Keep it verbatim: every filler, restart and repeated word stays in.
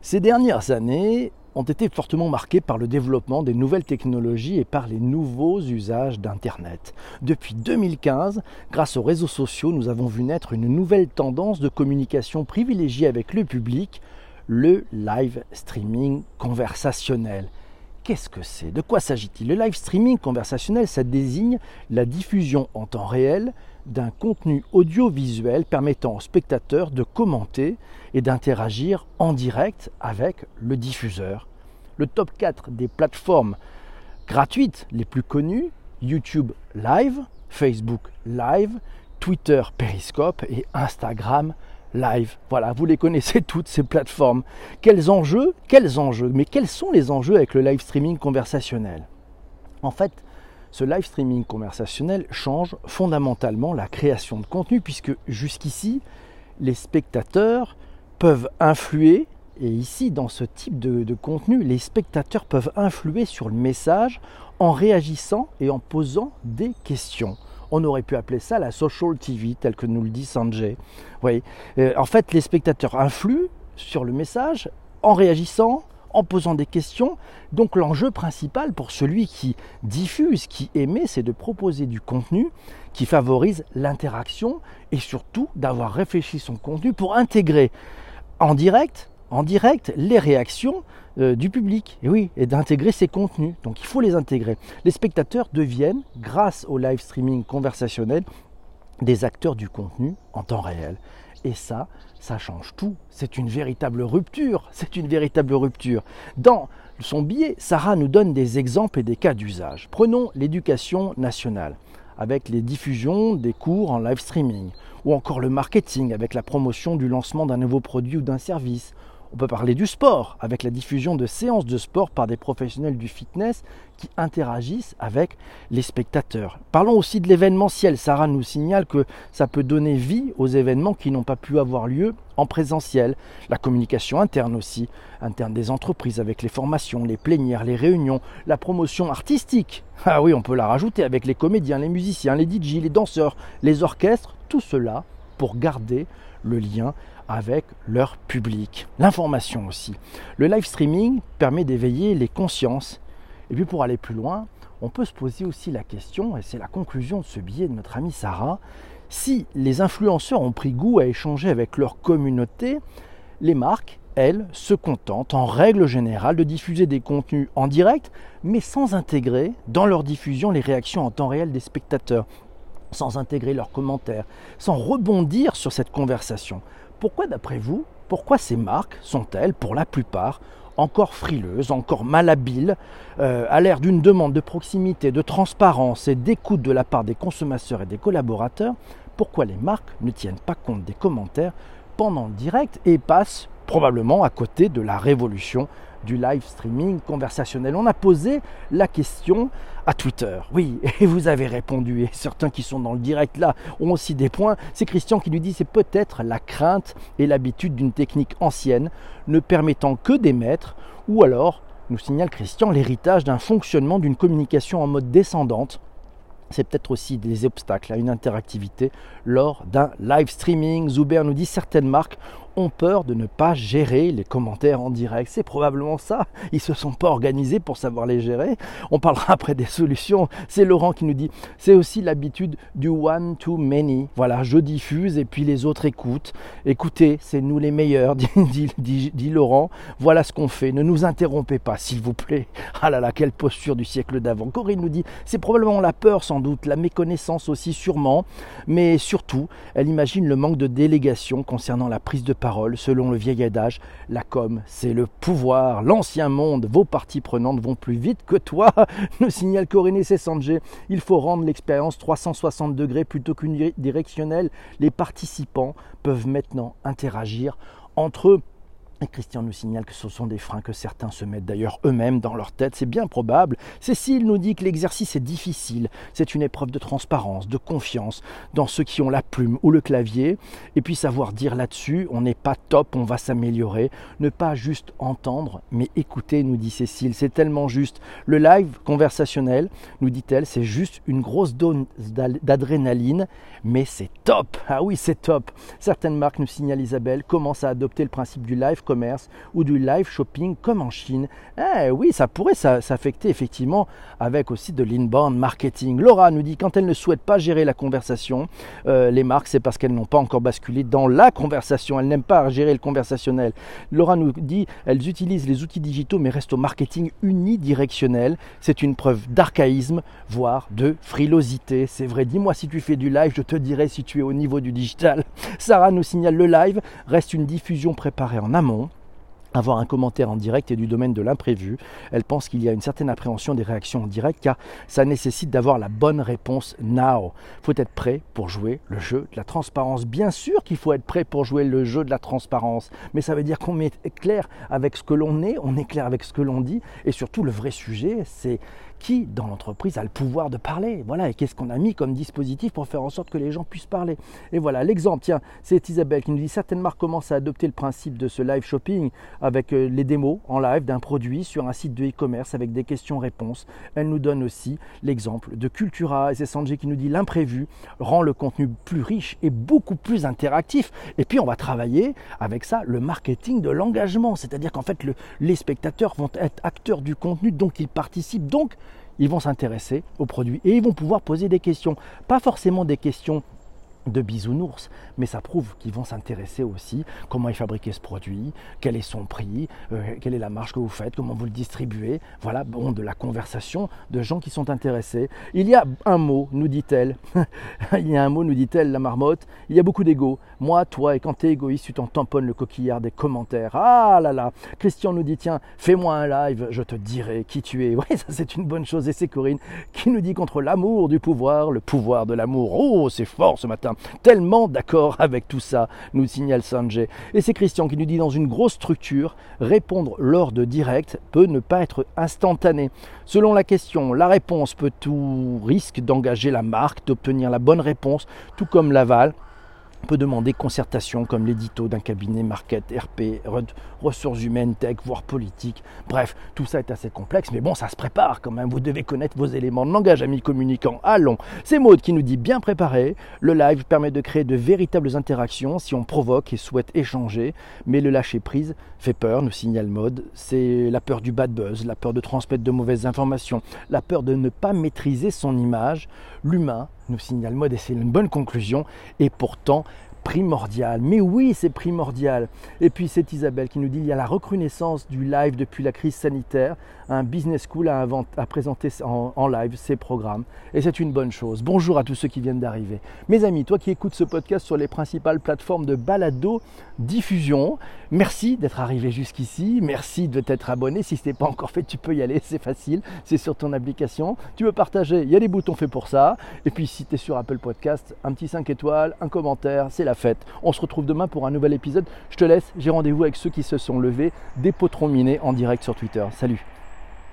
Ces dernières années ont été fortement marquées par le développement des nouvelles technologies et par les nouveaux usages d'Internet. Depuis deux mille quinze, grâce aux réseaux sociaux, nous avons vu naître une nouvelle tendance de communication privilégiée avec le public, le live streaming conversationnel. Qu'est-ce que c'est? De quoi s'agit-il? Le live streaming conversationnel, ça désigne la diffusion en temps réel d'un contenu audiovisuel permettant aux spectateurs de commenter et d'interagir en direct avec le diffuseur. Le top quatre des plateformes gratuites les plus connues, YouTube Live, Facebook Live, Twitter Periscope et Instagram Live. Voilà, vous les connaissez toutes ces plateformes. Quels enjeux? Quels enjeux? Mais quels sont les enjeux avec le live streaming conversationnel? En fait, ce live streaming conversationnel change fondamentalement la création de contenu puisque jusqu'ici, les spectateurs peuvent influer, et ici dans ce type de, de contenu, les spectateurs peuvent influer sur le message en réagissant et en posant des questions. On aurait pu appeler ça la social T V, tel que nous le dit Sanjay. Oui. Euh, en fait, les spectateurs influent sur le message en réagissant, en posant des questions. Donc l'enjeu principal pour celui qui diffuse, qui émet, c'est de proposer du contenu qui favorise l'interaction et surtout d'avoir réfléchi son contenu pour intégrer en direct, en direct les réactions euh, du public. Et oui, et d'intégrer ces contenus. Donc il faut les intégrer. Les spectateurs deviennent, grâce au live streaming conversationnel, des acteurs du contenu en temps réel. Et ça, ça change tout. C'est une véritable rupture. C'est une véritable rupture. Dans son billet, Sarah nous donne des exemples et des cas d'usage. Prenons l'éducation nationale, avec les diffusions des cours en live streaming, ou encore le marketing, avec la promotion du lancement d'un nouveau produit ou d'un service. On peut parler du sport, avec la diffusion de séances de sport par des professionnels du fitness qui interagissent avec les spectateurs. Parlons aussi de l'événementiel. Sarah nous signale que ça peut donner vie aux événements qui n'ont pas pu avoir lieu en présentiel. La communication interne aussi, interne des entreprises avec les formations, les plénières, les réunions, la promotion artistique. Ah oui, on peut la rajouter avec les comédiens, les musiciens, les D J, les danseurs, les orchestres, tout cela pour garder le lien avec leur public. L'information aussi. Le live streaming permet d'éveiller les consciences. Et puis pour aller plus loin, on peut se poser aussi la question, et c'est la conclusion de ce billet de notre amie Sarah, si les influenceurs ont pris goût à échanger avec leur communauté, les marques, elles, se contentent en règle générale de diffuser des contenus en direct, mais sans intégrer dans leur diffusion les réactions en temps réel des spectateurs, sans intégrer leurs commentaires, sans rebondir sur cette conversation. Pourquoi, d'après vous, pourquoi ces marques sont-elles, pour la plupart, encore frileuses, encore malhabiles, euh, à l'ère d'une demande de proximité, de transparence et d'écoute de la part des consommateurs et des collaborateurs? Pourquoi les marques ne tiennent pas compte des commentaires pendant le direct et passent probablement à côté de la révolution du live streaming conversationnel? On a posé la question à Twitter, oui, et vous avez répondu, et certains qui sont dans le direct là ont aussi des points. C'est Christian qui lui dit: c'est peut-être la crainte et l'habitude d'une technique ancienne ne permettant que d'émettre, ou alors, nous signale Christian, l'héritage d'un fonctionnement d'une communication en mode descendante. C'est peut-être aussi des obstacles à une interactivité lors d'un live streaming. Zuber nous dit: certaines marques ont peur de ne pas gérer les commentaires en direct. C'est probablement ça. Ils ne se sont pas organisés pour savoir les gérer. On parlera après des solutions. C'est Laurent qui nous dit: c'est aussi l'habitude du one to many. Voilà, je diffuse et puis les autres écoutent. Écoutez, c'est nous les meilleurs, dit, dit, dit, dit Laurent. Voilà ce qu'on fait. Ne nous interrompez pas, s'il vous plaît. Ah là là, quelle posture du siècle d'avant. Corinne nous dit: c'est probablement la peur sans doute, la méconnaissance aussi sûrement, mais surtout, elle imagine le manque de délégation concernant la prise de parole. Selon le vieil adage, la com, c'est le pouvoir. L'ancien monde, vos parties prenantes vont plus vite que toi, nous signale Corinne et Sanjay. Il faut rendre l'expérience trois cent soixante degrés plutôt qu'unidirectionnelle. Les participants peuvent maintenant interagir entre eux. Et Christian nous signale que ce sont des freins que certains se mettent d'ailleurs eux-mêmes dans leur tête, c'est bien probable. Cécile nous dit que l'exercice est difficile, c'est une épreuve de transparence, de confiance dans ceux qui ont la plume ou le clavier, et puis savoir dire là-dessus, on n'est pas top, on va s'améliorer, ne pas juste entendre, mais écouter, nous dit Cécile, c'est tellement juste. Le live conversationnel, nous dit-elle, c'est juste une grosse dose d'adrénaline, mais c'est top, ah oui c'est top. Certaines marques, nous signale Isabelle, commencent à adopter le principe du live e-commerce ou du live shopping comme en Chine. Eh oui, ça pourrait s'affecter effectivement avec aussi de l'inbound marketing. Laura nous dit quand elle ne souhaite pas gérer la conversation, euh, les marques, c'est parce qu'elles n'ont pas encore basculé dans la conversation. Elles n'aiment pas gérer le conversationnel. Laura nous dit elles utilisent les outils digitaux mais restent au marketing unidirectionnel. C'est une preuve d'archaïsme, voire de frilosité. C'est vrai, dis-moi si tu fais du live, je te dirai si tu es au niveau du digital. Sarah nous signale le live reste une diffusion préparée en amont. Avoir un commentaire en direct est du domaine de l'imprévu. Elle pense qu'il y a une certaine appréhension des réactions en direct car ça nécessite d'avoir la bonne réponse now. Il faut être prêt pour jouer le jeu de la transparence. Bien sûr qu'il faut être prêt pour jouer le jeu de la transparence, mais ça veut dire qu'on est clair avec ce que l'on est, on est clair avec ce que l'on dit et surtout le vrai sujet, c'est qui dans l'entreprise a le pouvoir de parler. Voilà, et qu'est-ce qu'on a mis comme dispositif pour faire en sorte que les gens puissent parler. Et voilà, l'exemple, tiens, c'est Isabelle qui nous dit certaines marques commencent à adopter le principe de ce live shopping avec les démos en live d'un produit sur un site de e-commerce avec des questions-réponses. Elle nous donne aussi l'exemple de Cultura et c'est Sanjay qui nous dit l'imprévu rend le contenu plus riche et beaucoup plus interactif. Et puis on va travailler avec ça le marketing de l'engagement, c'est-à-dire qu'en fait le, les spectateurs vont être acteurs du contenu, donc ils participent, donc ils vont s'intéresser au produit et ils vont pouvoir poser des questions, pas forcément des questions de bisounours, mais ça prouve qu'ils vont s'intéresser aussi comment est fabriqué ce produit, quel est son prix, euh, quelle est la marge que vous faites, comment vous le distribuez. Voilà, bon, de la conversation de gens qui sont intéressés. Il y a un mot, nous dit-elle, il y a un mot, nous dit-elle, la marmotte, il y a beaucoup d'ego. Moi, toi, et quand tu es égoïste, tu t'en tamponnes le coquillard des commentaires. Ah là là, Christian nous dit, tiens, fais-moi un live, je te dirai qui tu es. Oui, ça c'est une bonne chose. Et c'est Corinne qui nous dit contre l'amour du pouvoir, le pouvoir de l'amour. Oh, c'est fort ce matin. Tellement d'accord avec tout ça, nous signale Sanjay. Et c'est Christian qui nous dit dans une grosse structure, répondre lors de direct peut ne pas être instantané. Selon la question, la réponse peut tout risque d'engager la marque, d'obtenir la bonne réponse, tout comme l'aval peut demander concertation comme l'édito d'un cabinet market, R P, ressources humaines, tech, voire politique. Bref, tout ça est assez complexe, mais bon, ça se prépare quand même. Vous devez connaître vos éléments de langage, amis communicants. Allons, c'est Maud qui nous dit bien préparé. Le live permet de créer de véritables interactions si on provoque et souhaite échanger, mais le lâcher prise fait peur, nous signale Maud. C'est la peur du bad buzz, la peur de transmettre de mauvaises informations, la peur de ne pas maîtriser son image. L'humain, nous signale Maud, et c'est une bonne conclusion, et pourtant primordial. Mais oui, c'est primordial. Et puis c'est Isabelle qui nous dit il y a la recrudescence du live depuis la crise sanitaire. Un business school a, invent, a présenté en, en live ses programmes et c'est une bonne chose. Bonjour à tous ceux qui viennent d'arriver. Mes amis, toi qui écoutes ce podcast sur les principales plateformes de balado diffusion, merci d'être arrivé jusqu'ici. Merci de t'être abonné. Si ce n'est pas encore fait, tu peux y aller, c'est facile. C'est sur ton application. Tu veux partager, il y a des boutons faits pour ça. Et puis si tu es sur Apple Podcast, un petit cinq étoiles, un commentaire, c'est la fête. On se retrouve demain pour un nouvel épisode. Je te laisse, j'ai rendez-vous avec ceux qui se sont levés, des potrons minés en direct sur Twitter. Salut!